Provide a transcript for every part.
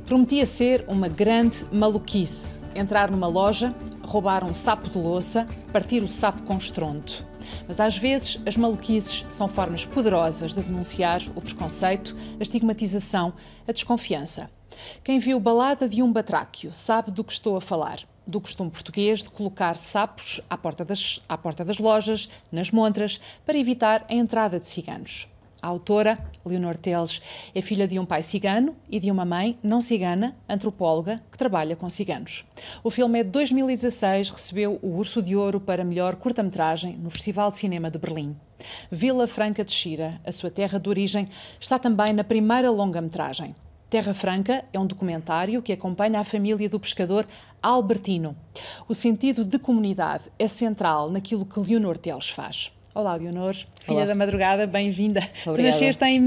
Prometia ser uma grande maluquice. Entrar numa loja, roubar um sapo de louça, partir o sapo com estrondo. Mas às vezes as maluquices são formas poderosas de denunciar o preconceito, a estigmatização, a desconfiança. Quem viu Balada de um Batráquio sabe do que estou a falar. Do costume português de colocar sapos à porta das lojas, nas montras, para evitar a entrada de ciganos. A autora, Leonor Teles, é filha de um pai cigano e de uma mãe não cigana, antropóloga, que trabalha com ciganos. O filme é de 2016, recebeu o Urso de Ouro para melhor curta-metragem no Festival de Cinema de Berlim. Vila Franca de Xira, a sua terra de origem, está também na primeira longa-metragem. Terra Franca é um documentário que acompanha a família do pescador Albertino. O sentido de comunidade é central naquilo que Leonor Teles faz. Olá, Leonor, filha da madrugada, bem-vinda. Tu nasceste em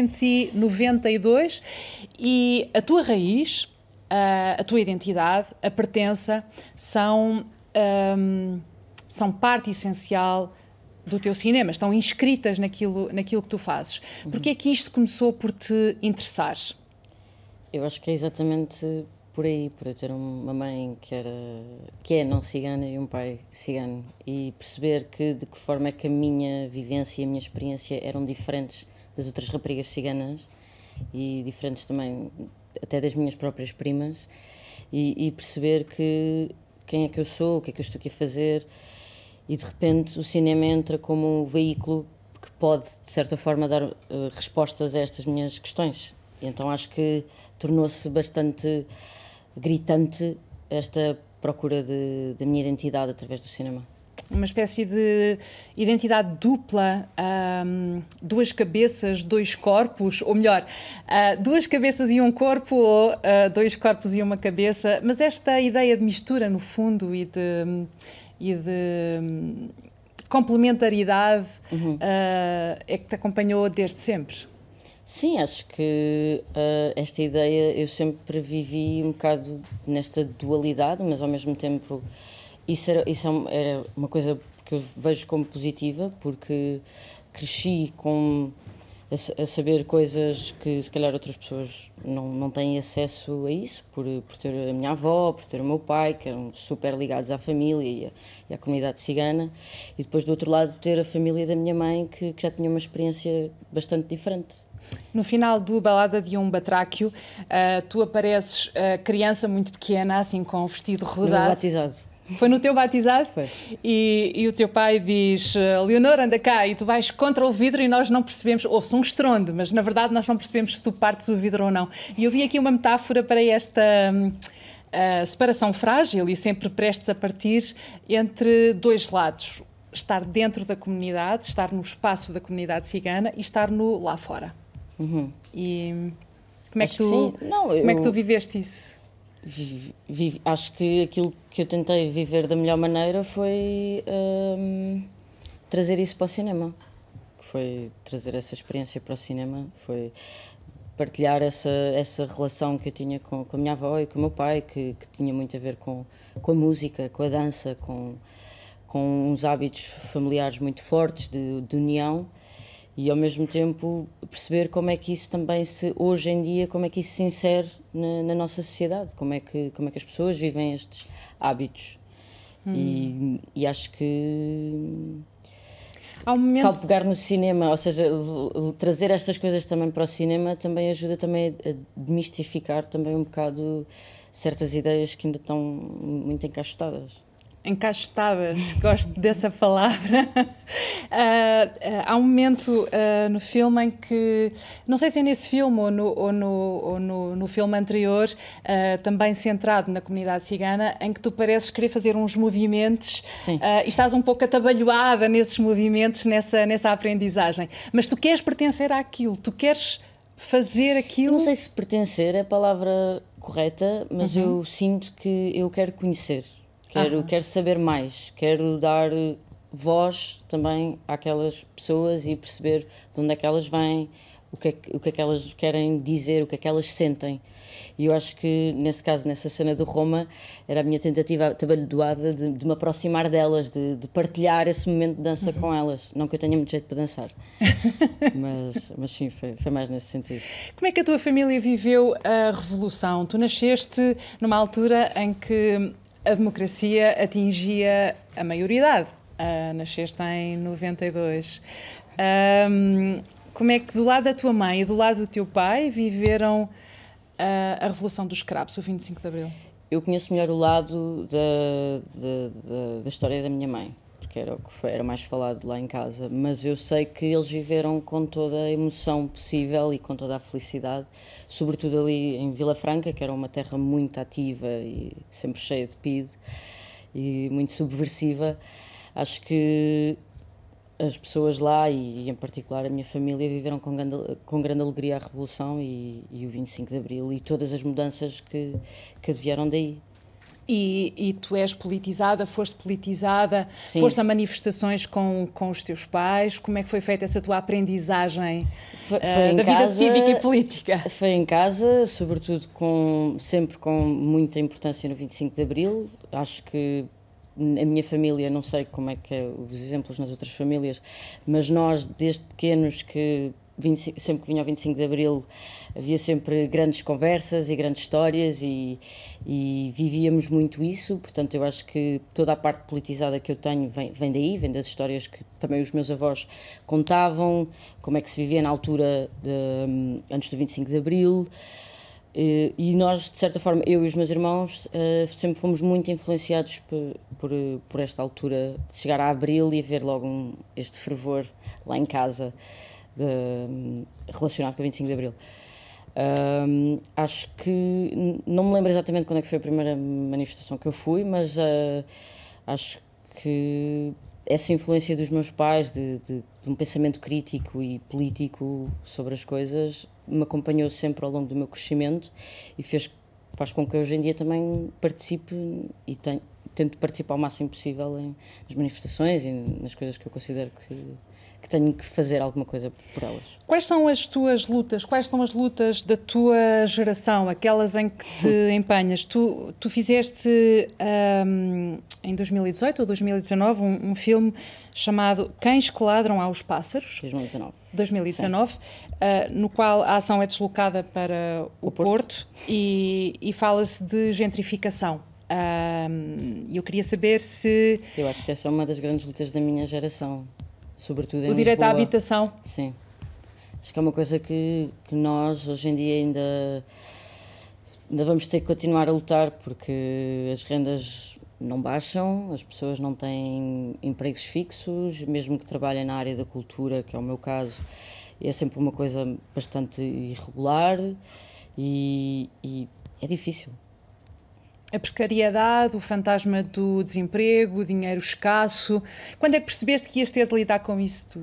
1992 e a tua raiz, a tua identidade, a pertença são parte essencial do teu cinema, estão inscritas naquilo que tu fazes. Porquê é que isto começou por te interessar? Eu acho que é exatamente por aí, por eu ter uma mãe que é não cigana e um pai cigano, e perceber de que forma é que a minha vivência e a minha experiência eram diferentes das outras raparigas ciganas e diferentes também até das minhas próprias primas, e perceber quem é que eu sou, o que é que eu estou aqui a fazer, e de repente o cinema entra como um veículo que pode, de certa forma, dar respostas a estas minhas questões. E então acho que tornou-se bastante gritante esta procura da minha identidade através do cinema. Uma espécie de identidade dupla, duas cabeças, dois corpos, ou melhor, duas cabeças e um corpo, ou dois corpos e uma cabeça, mas esta ideia de mistura, no fundo, e de complementaridade é que te acompanhou desde sempre. Sim, acho que esta ideia eu sempre vivi um bocado nesta dualidade, mas ao mesmo tempo isso era uma coisa que eu vejo como positiva, porque cresci a saber coisas que se calhar outras pessoas não têm acesso a isso, por ter a minha avó, por ter o meu pai, que eram super ligados à família e à comunidade cigana, e depois do outro lado ter a família da minha mãe, que já tinha uma experiência bastante diferente. No final do Balada de um Batráquio, tu apareces criança muito pequena, assim com um vestido rodado. No meu batizado. Foi no teu batizado? Foi. E o teu pai diz, Leonor, anda cá, e tu vais contra o vidro e nós não percebemos, ouve-se um estrondo, mas na verdade nós não percebemos se tu partes o vidro ou não. E eu vi aqui uma metáfora para esta separação frágil e sempre prestes a partir entre dois lados. Estar dentro da comunidade, estar no espaço da comunidade cigana e estar lá fora. E como é que tu viveste isso? Acho que aquilo que eu tentei viver da melhor maneira foi trazer isso para o cinema. Foi trazer essa experiência para o cinema, foi partilhar essa relação que eu tinha com a minha avó e com o meu pai, que tinha muito a ver com a música, com a dança, com uns hábitos familiares muito fortes de união, e ao mesmo tempo perceber como é que isso também hoje em dia, como é que isso se insere na nossa sociedade, como é que as pessoas vivem estes hábitos. E acho que ao pegar no cinema, ou seja, trazer estas coisas também para o cinema também ajuda também a demistificar também um bocado certas ideias que ainda estão muito encaixotadas. Encaixotadas, gosto dessa palavra. Há um momento no filme em que, não sei se é nesse filme ou no filme anterior, também centrado na comunidade cigana, em que tu pareces querer fazer uns movimentos e estás um pouco atabalhoada nesses movimentos, nessa aprendizagem. Mas tu queres pertencer àquilo, tu queres fazer aquilo. Eu não sei se pertencer é a palavra correta, mas eu sinto que eu quero conhecer. Quero saber mais, quero dar voz também àquelas pessoas e perceber de onde é que elas vêm, o que é que elas querem dizer, o que é que elas sentem. E eu acho que, nesse caso, nessa cena do Roma, era a minha tentativa atabalhoada de me aproximar delas, de partilhar esse momento de dança com elas. Não que eu tenha muito jeito para dançar, mas sim, foi mais nesse sentido. Como é que a tua família viveu a Revolução? Tu nasceste numa altura em que a democracia atingia a maioridade. Nasceste em 92. Como é que do lado da tua mãe e do lado do teu pai viveram a Revolução dos Escravos, o 25 de Abril? Eu conheço melhor o lado da história da minha mãe, porque era o que era mais falado lá em casa, mas eu sei que eles viveram com toda a emoção possível e com toda a felicidade, sobretudo ali em Vila Franca, que era uma terra muito ativa e sempre cheia de PIDE e muito subversiva. Acho que as pessoas lá, e em particular a minha família, viveram com grande alegria a Revolução e o 25 de Abril e todas as mudanças que advieram daí. E tu és politizada, foste politizada, Sim. Foste a manifestações com os teus pais. Como é que foi feita essa tua aprendizagem da vida cívica e política? Foi em casa, sobretudo sempre com muita importância no 25 de Abril. Acho que a minha família, não sei como é que é os exemplos nas outras famílias, mas nós, desde pequenos, sempre que vinha ao 25 de Abril, havia sempre grandes conversas e grandes histórias e vivíamos muito isso. Portanto, eu acho que toda a parte politizada que eu tenho vem daí, vem das histórias que também os meus avós contavam, como é que se vivia na altura antes do 25 de Abril. E nós, de certa forma, eu e os meus irmãos, sempre fomos muito influenciados por esta altura, de chegar a Abril e ver logo este fervor lá em casa relacionado com o 25 de Abril. Acho que, não me lembro exatamente quando é que foi a primeira manifestação que eu fui, mas acho que essa influência dos meus pais, de um pensamento crítico e político sobre as coisas, me acompanhou sempre ao longo do meu crescimento e faz com que hoje em dia também participe e tento participar o máximo possível nas manifestações e nas coisas que eu considero que tenho que fazer alguma coisa por elas. Quais são as tuas lutas? Quais são as lutas da tua geração, aquelas em que te empenhas? Tu fizeste em 2018 ou 2019 um filme chamado Cães que Ladram aos Pássaros. 2019, no qual a ação é deslocada para o Porto e fala-se de gentrificação. Eu queria saber se... Eu acho que essa é uma das grandes lutas da minha geração, sobretudo em Lisboa. O direito à habitação. Sim. Acho que é uma coisa que nós, hoje em dia, ainda vamos ter que continuar a lutar, porque as rendas não baixam, as pessoas não têm empregos fixos, mesmo que trabalhem na área da cultura, que é o meu caso, é sempre uma coisa bastante irregular e é difícil. A precariedade, o fantasma do desemprego, o dinheiro escasso. Quando é que percebeste que ias ter de lidar com isso tudo?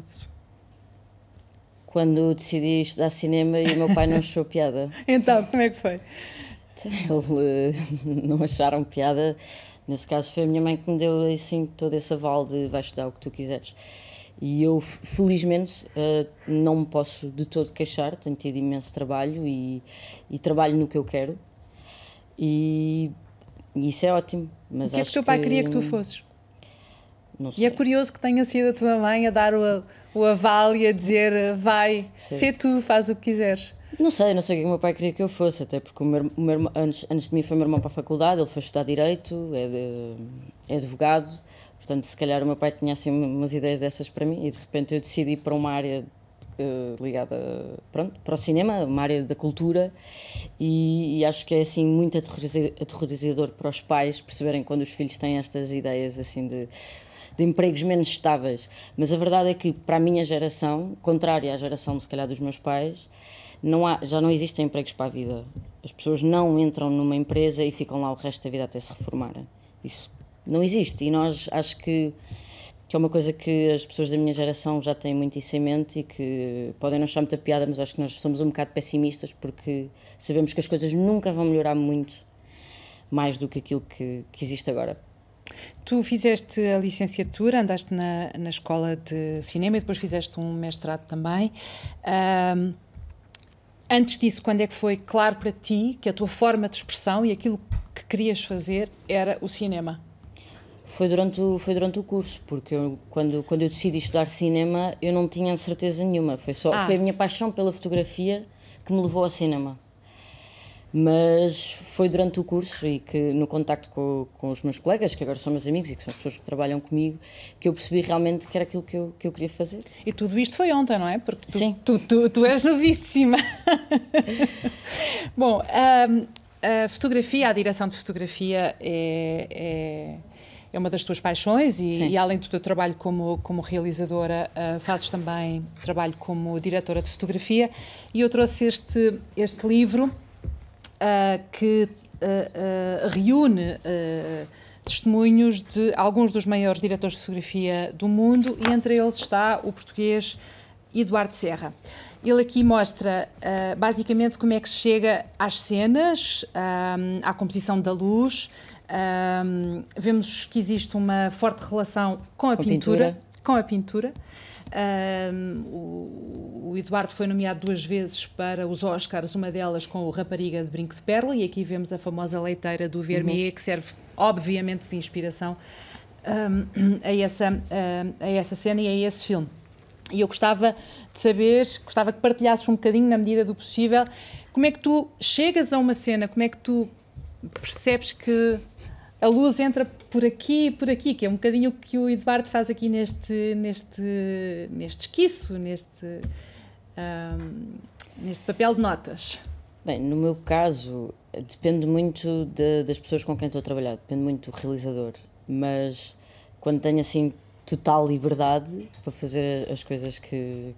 Quando decidi estudar cinema e o meu pai não achou piada. Então, como é que foi? Eles não acharam piada. Nesse caso foi a minha mãe que me deu assim, todo esse aval de vais estudar o que tu quiseres. E eu, felizmente, não me posso de todo queixar, tenho tido imenso trabalho e trabalho no que eu quero. E isso é ótimo. Mas o que é que o teu pai queria que tu fosses? Não sei. E é curioso que tenha sido a tua mãe a dar o aval e a dizer vai, sê tu, faz o que quiseres. Não sei o que o meu pai queria que eu fosse, até porque o meu irmão, antes de mim foi o meu irmão para a faculdade, ele foi estudar Direito, é advogado, portanto se calhar o meu pai tinha assim umas ideias dessas para mim e de repente eu decidi ir para uma área ligada para o cinema, uma área da cultura e acho que é assim muito aterrorizador para os pais perceberem quando os filhos têm estas ideias assim de empregos menos estáveis, mas a verdade é que para a minha geração, contrária à geração se calhar dos meus pais, já não existem empregos para a vida. As pessoas não entram numa empresa e ficam lá o resto da vida até se reformarem. Isso não existe e nós acho que é uma coisa que as pessoas da minha geração já têm muito isso em mente e que podem não achar muita piada, mas acho que nós somos um bocado pessimistas porque sabemos que as coisas nunca vão melhorar muito mais do que aquilo que existe agora. Tu fizeste a licenciatura, andaste na escola de cinema e depois fizeste um mestrado também. Antes disso, quando é que foi claro para ti que a tua forma de expressão e aquilo que querias fazer era o cinema? Foi durante o curso, porque quando eu decidi estudar cinema, eu não tinha certeza nenhuma. Foi a minha paixão pela fotografia que me levou ao cinema. Mas foi durante o curso e que no contacto com os meus colegas, que agora são meus amigos e que são as pessoas que trabalham comigo, que eu percebi realmente que era aquilo que eu queria fazer. E tudo isto foi ontem, não é? Porque Sim. Tu és novíssima. Bom, a fotografia, a direção de fotografia é uma das tuas paixões e além do teu trabalho como realizadora, fazes também trabalho como diretora de fotografia. E eu trouxe este livro que reúne testemunhos de alguns dos maiores diretores de fotografia do mundo e entre eles está o português Eduardo Serra. Ele aqui mostra basicamente como é que se chega às cenas, à composição da luz. Vemos que existe uma forte relação com a pintura. O Eduardo foi nomeado 2 vezes para os Oscars, uma delas com o Rapariga de Brinco de Pérola, e aqui vemos a famosa leiteira do Vermeer, que serve obviamente de inspiração a essa cena e a esse filme. E eu gostava de saber, gostava que partilhasses um bocadinho, na medida do possível, como é que tu chegas a uma cena, como é que tu percebes que a luz entra por aqui e por aqui, que é um bocadinho o que o Eduardo faz aqui neste esquiço, neste papel de notas. Bem, no meu caso, depende muito das pessoas com quem estou a trabalhar, depende muito do realizador, mas quando tenho assim total liberdade para fazer as coisas que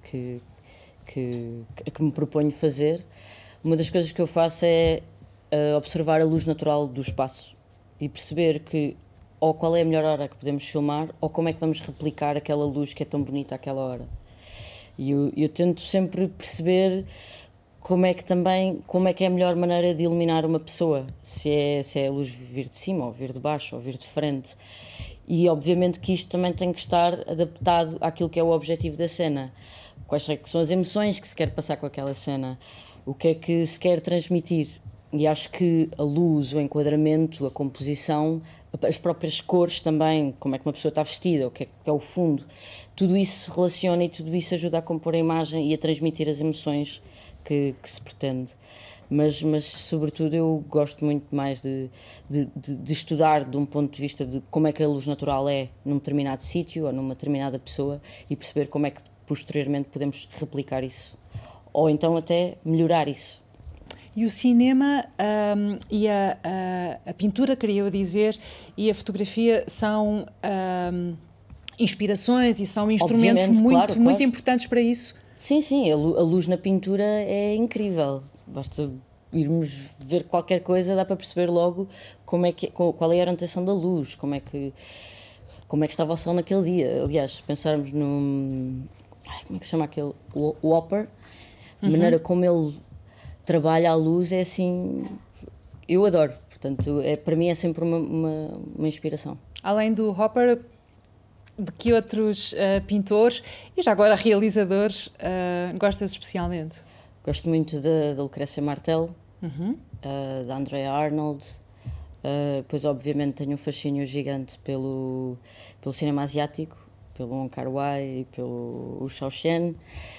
me proponho fazer, uma das coisas que eu faço é observar a luz natural do espaço e perceber que ou qual é a melhor hora que podemos filmar ou como é que vamos replicar aquela luz que é tão bonita àquela hora. E eu tento sempre perceber como é que é a melhor maneira de iluminar uma pessoa, se é a luz vir de cima ou vir de baixo ou vir de frente. E obviamente que isto também tem que estar adaptado àquilo que é o objetivo da cena. Quais são as emoções que se quer passar com aquela cena, o que é que se quer transmitir. E acho que a luz, o enquadramento, a composição, as próprias cores também, como é que uma pessoa está vestida, o que é o fundo, tudo isso se relaciona e tudo isso ajuda a compor a imagem e a transmitir as emoções que se pretende. Mas sobretudo eu gosto muito mais de estudar de um ponto de vista de como é que a luz natural é num determinado sítio ou numa determinada pessoa e perceber como é que posteriormente podemos replicar isso ou então até melhorar isso. E o cinema e a pintura, queria eu dizer, e a fotografia são inspirações e são instrumentos muito importantes para isso. Sim, a luz na pintura é incrível. Basta irmos ver qualquer coisa, dá para perceber logo qual é a orientação da luz, como é que estava o sol naquele dia. Aliás, se pensarmos como é que se chama aquele? O Hopper, a maneira como ele trabalha a luz é assim, eu adoro, portanto, para mim é sempre uma inspiração. Além do Hopper, de que outros pintores e já agora realizadores gostas especialmente? Gosto muito da Lucrécia Martel, da Andrea Arnold, depois obviamente tenho um fascínio gigante pelo cinema asiático, pelo Wong Kar-wai e pelo Xiao Shen.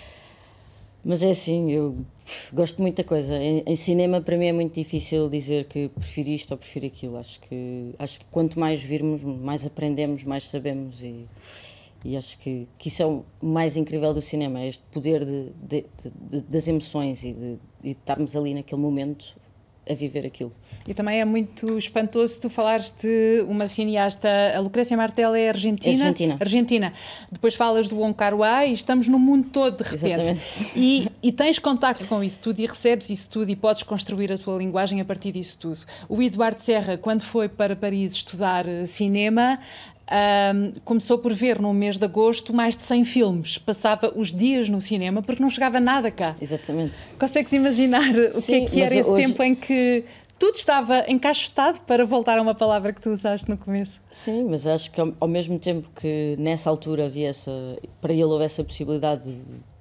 Mas é assim, eu gosto de muita coisa. Em cinema, para mim, é muito difícil dizer que prefiro isto ou prefiro aquilo. Acho que quanto mais virmos, mais aprendemos, mais sabemos. E acho que isso é o mais incrível do cinema, é este poder das emoções e de estarmos ali naquele momento a viver aquilo. E também é muito espantoso tu falares de uma cineasta, a Lucrécia Martel é argentina. Depois falas do Wong Kar-wai e estamos no mundo todo de repente. Exatamente. E tens contacto com isso tudo e recebes isso tudo e podes construir a tua linguagem a partir disso tudo. O Eduardo Serra, quando foi para Paris estudar cinema, começou por ver no mês de agosto mais de 100 filmes, passava os dias no cinema porque não chegava nada cá. Exatamente. Consegues imaginar o que era esse tempo em que tudo estava encaixotado, para voltar a uma palavra que tu usaste no começo? Sim, mas acho que ao mesmo tempo que nessa altura para ele houve essa possibilidade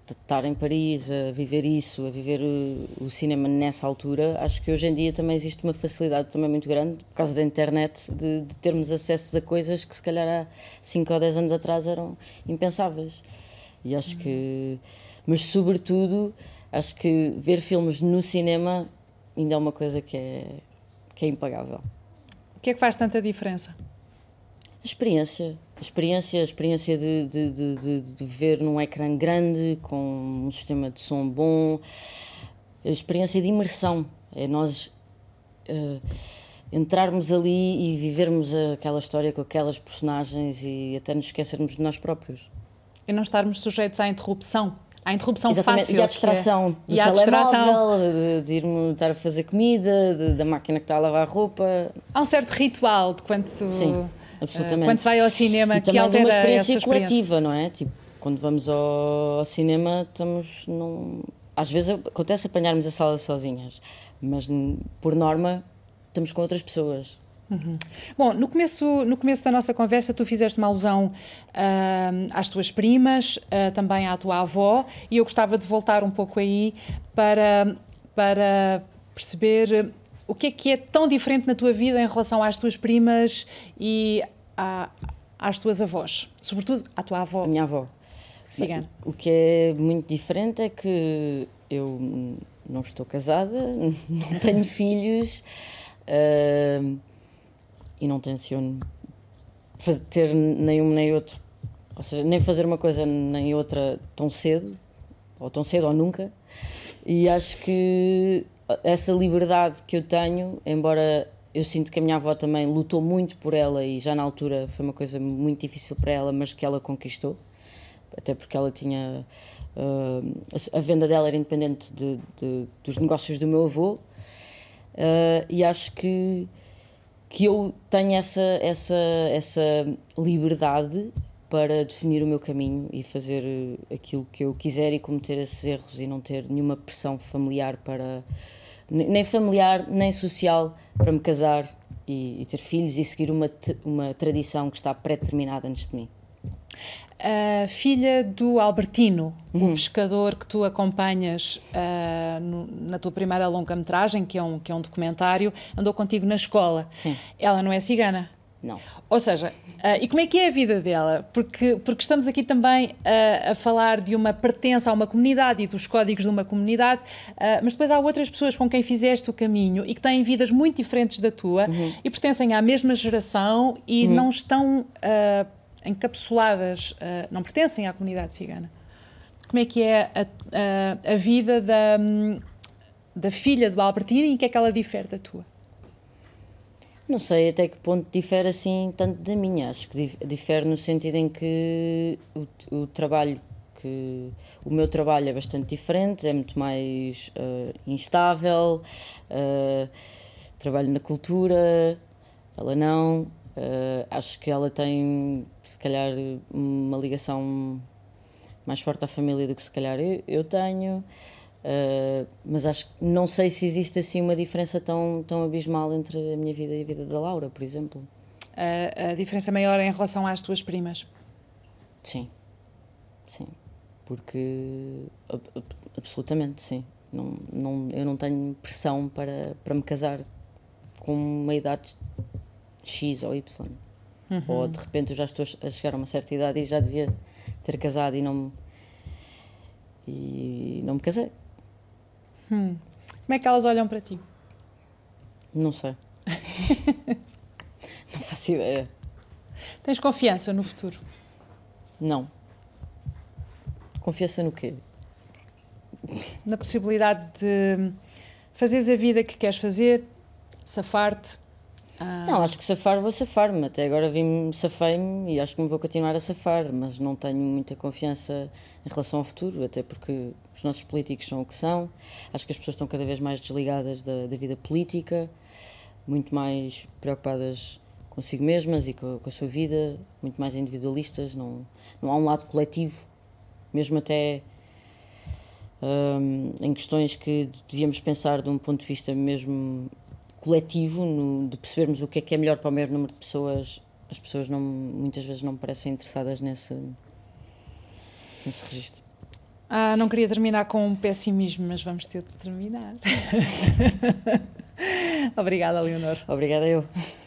estar em Paris, a viver isso, a viver o cinema nessa altura, acho que hoje em dia também existe uma facilidade também muito grande, por causa da internet, de termos acesso a coisas que se calhar há 5 ou 10 anos atrás eram impensáveis. E acho que, mas sobretudo, acho que ver filmes no cinema ainda é uma coisa que é impagável. O que é que faz tanta diferença? A experiência de ver num ecrã grande, com um sistema de som bom, a experiência de imersão, é nós entrarmos ali e vivermos aquela história com aquelas personagens e até nos esquecermos de nós próprios. E não estarmos sujeitos à interrupção. À interrupção Exatamente. fácil. E à distração do telemóvel, de ir estar a fazer comida, da máquina que está a lavar a roupa. Há um certo ritual de quando se... Sim. Absolutamente. Quando se vai ao cinema, e que altera uma experiência essa experiência coletiva, não é? Tipo, quando vamos ao cinema, às vezes acontece apanharmos a sala sozinhas, mas por norma estamos com outras pessoas. Uhum. Bom, no começo da nossa conversa tu fizeste uma alusão às tuas primas, também à tua avó, e eu gostava de voltar um pouco aí para perceber o que é tão diferente na tua vida em relação às tuas primas e às tuas avós, sobretudo à tua avó. A minha avó. Cigana. O que é muito diferente é que eu não estou casada, não tenho filhos e não tenciono ter nenhum nem outro, ou seja, nem fazer uma coisa nem outra tão cedo ou nunca, e acho que essa liberdade que eu tenho, embora eu sinto que a minha avó também lutou muito por ela e já na altura foi uma coisa muito difícil para ela, mas que ela conquistou, até porque ela tinha... a venda dela era independente dos negócios do meu avô, e acho que eu tenho essa liberdade para definir o meu caminho e fazer aquilo que eu quiser e cometer esses erros e não ter nenhuma pressão familiar nem familiar, nem social, para me casar e ter filhos e seguir uma tradição que está pré-determinada antes de mim. A filha do Albertino, o pescador que tu acompanhas na tua primeira longa-metragem, que é um documentário, andou contigo na escola. Sim. Ela não é cigana? Não. Ou seja, e como é que é a vida dela? Porque estamos aqui também a falar de uma pertença a uma comunidade e dos códigos de uma comunidade, mas depois há outras pessoas com quem fizeste o caminho e que têm vidas muito diferentes da tua e pertencem à mesma geração e não estão encapsuladas, não pertencem à comunidade cigana. Como é que é a vida da filha do Albertino e em que é que ela difere da tua? Não sei até que ponto difere assim tanto da minha. Acho que difere no sentido em que o meu trabalho é bastante diferente, é muito mais instável, trabalho na cultura, ela não. Acho que ela tem, se calhar, uma ligação mais forte à família do que se calhar eu tenho. Mas acho que não sei se existe assim uma diferença tão abismal entre a minha vida e a vida da Laura, por exemplo. A diferença maior em relação às tuas primas? Sim, porque absolutamente sim. Eu não tenho pressão para me casar com uma idade X ou Y. Ou de repente eu já estou a chegar a uma certa idade e já devia ter casado e não me casei. Como é que elas olham para ti? Não sei. Não faço ideia. Tens confiança no futuro? Não. Confiança no quê? Na possibilidade de fazeres a vida que queres fazer, safar-te? Não, acho que vou safar-me. Até agora safei-me e acho que me vou continuar a safar, mas não tenho muita confiança em relação ao futuro, até porque os nossos políticos são o que são. Acho que as pessoas estão cada vez mais desligadas da vida política, muito mais preocupadas consigo mesmas e com a sua vida, muito mais individualistas. Não há um lado coletivo, mesmo até em questões que devíamos pensar de um ponto de vista mesmo coletivo, de percebermos o que é melhor para o maior número de pessoas. As pessoas muitas vezes não me parecem interessadas nesse registro. Não queria terminar com um pessimismo, mas vamos ter de terminar. Obrigada, Leonor. Obrigada eu.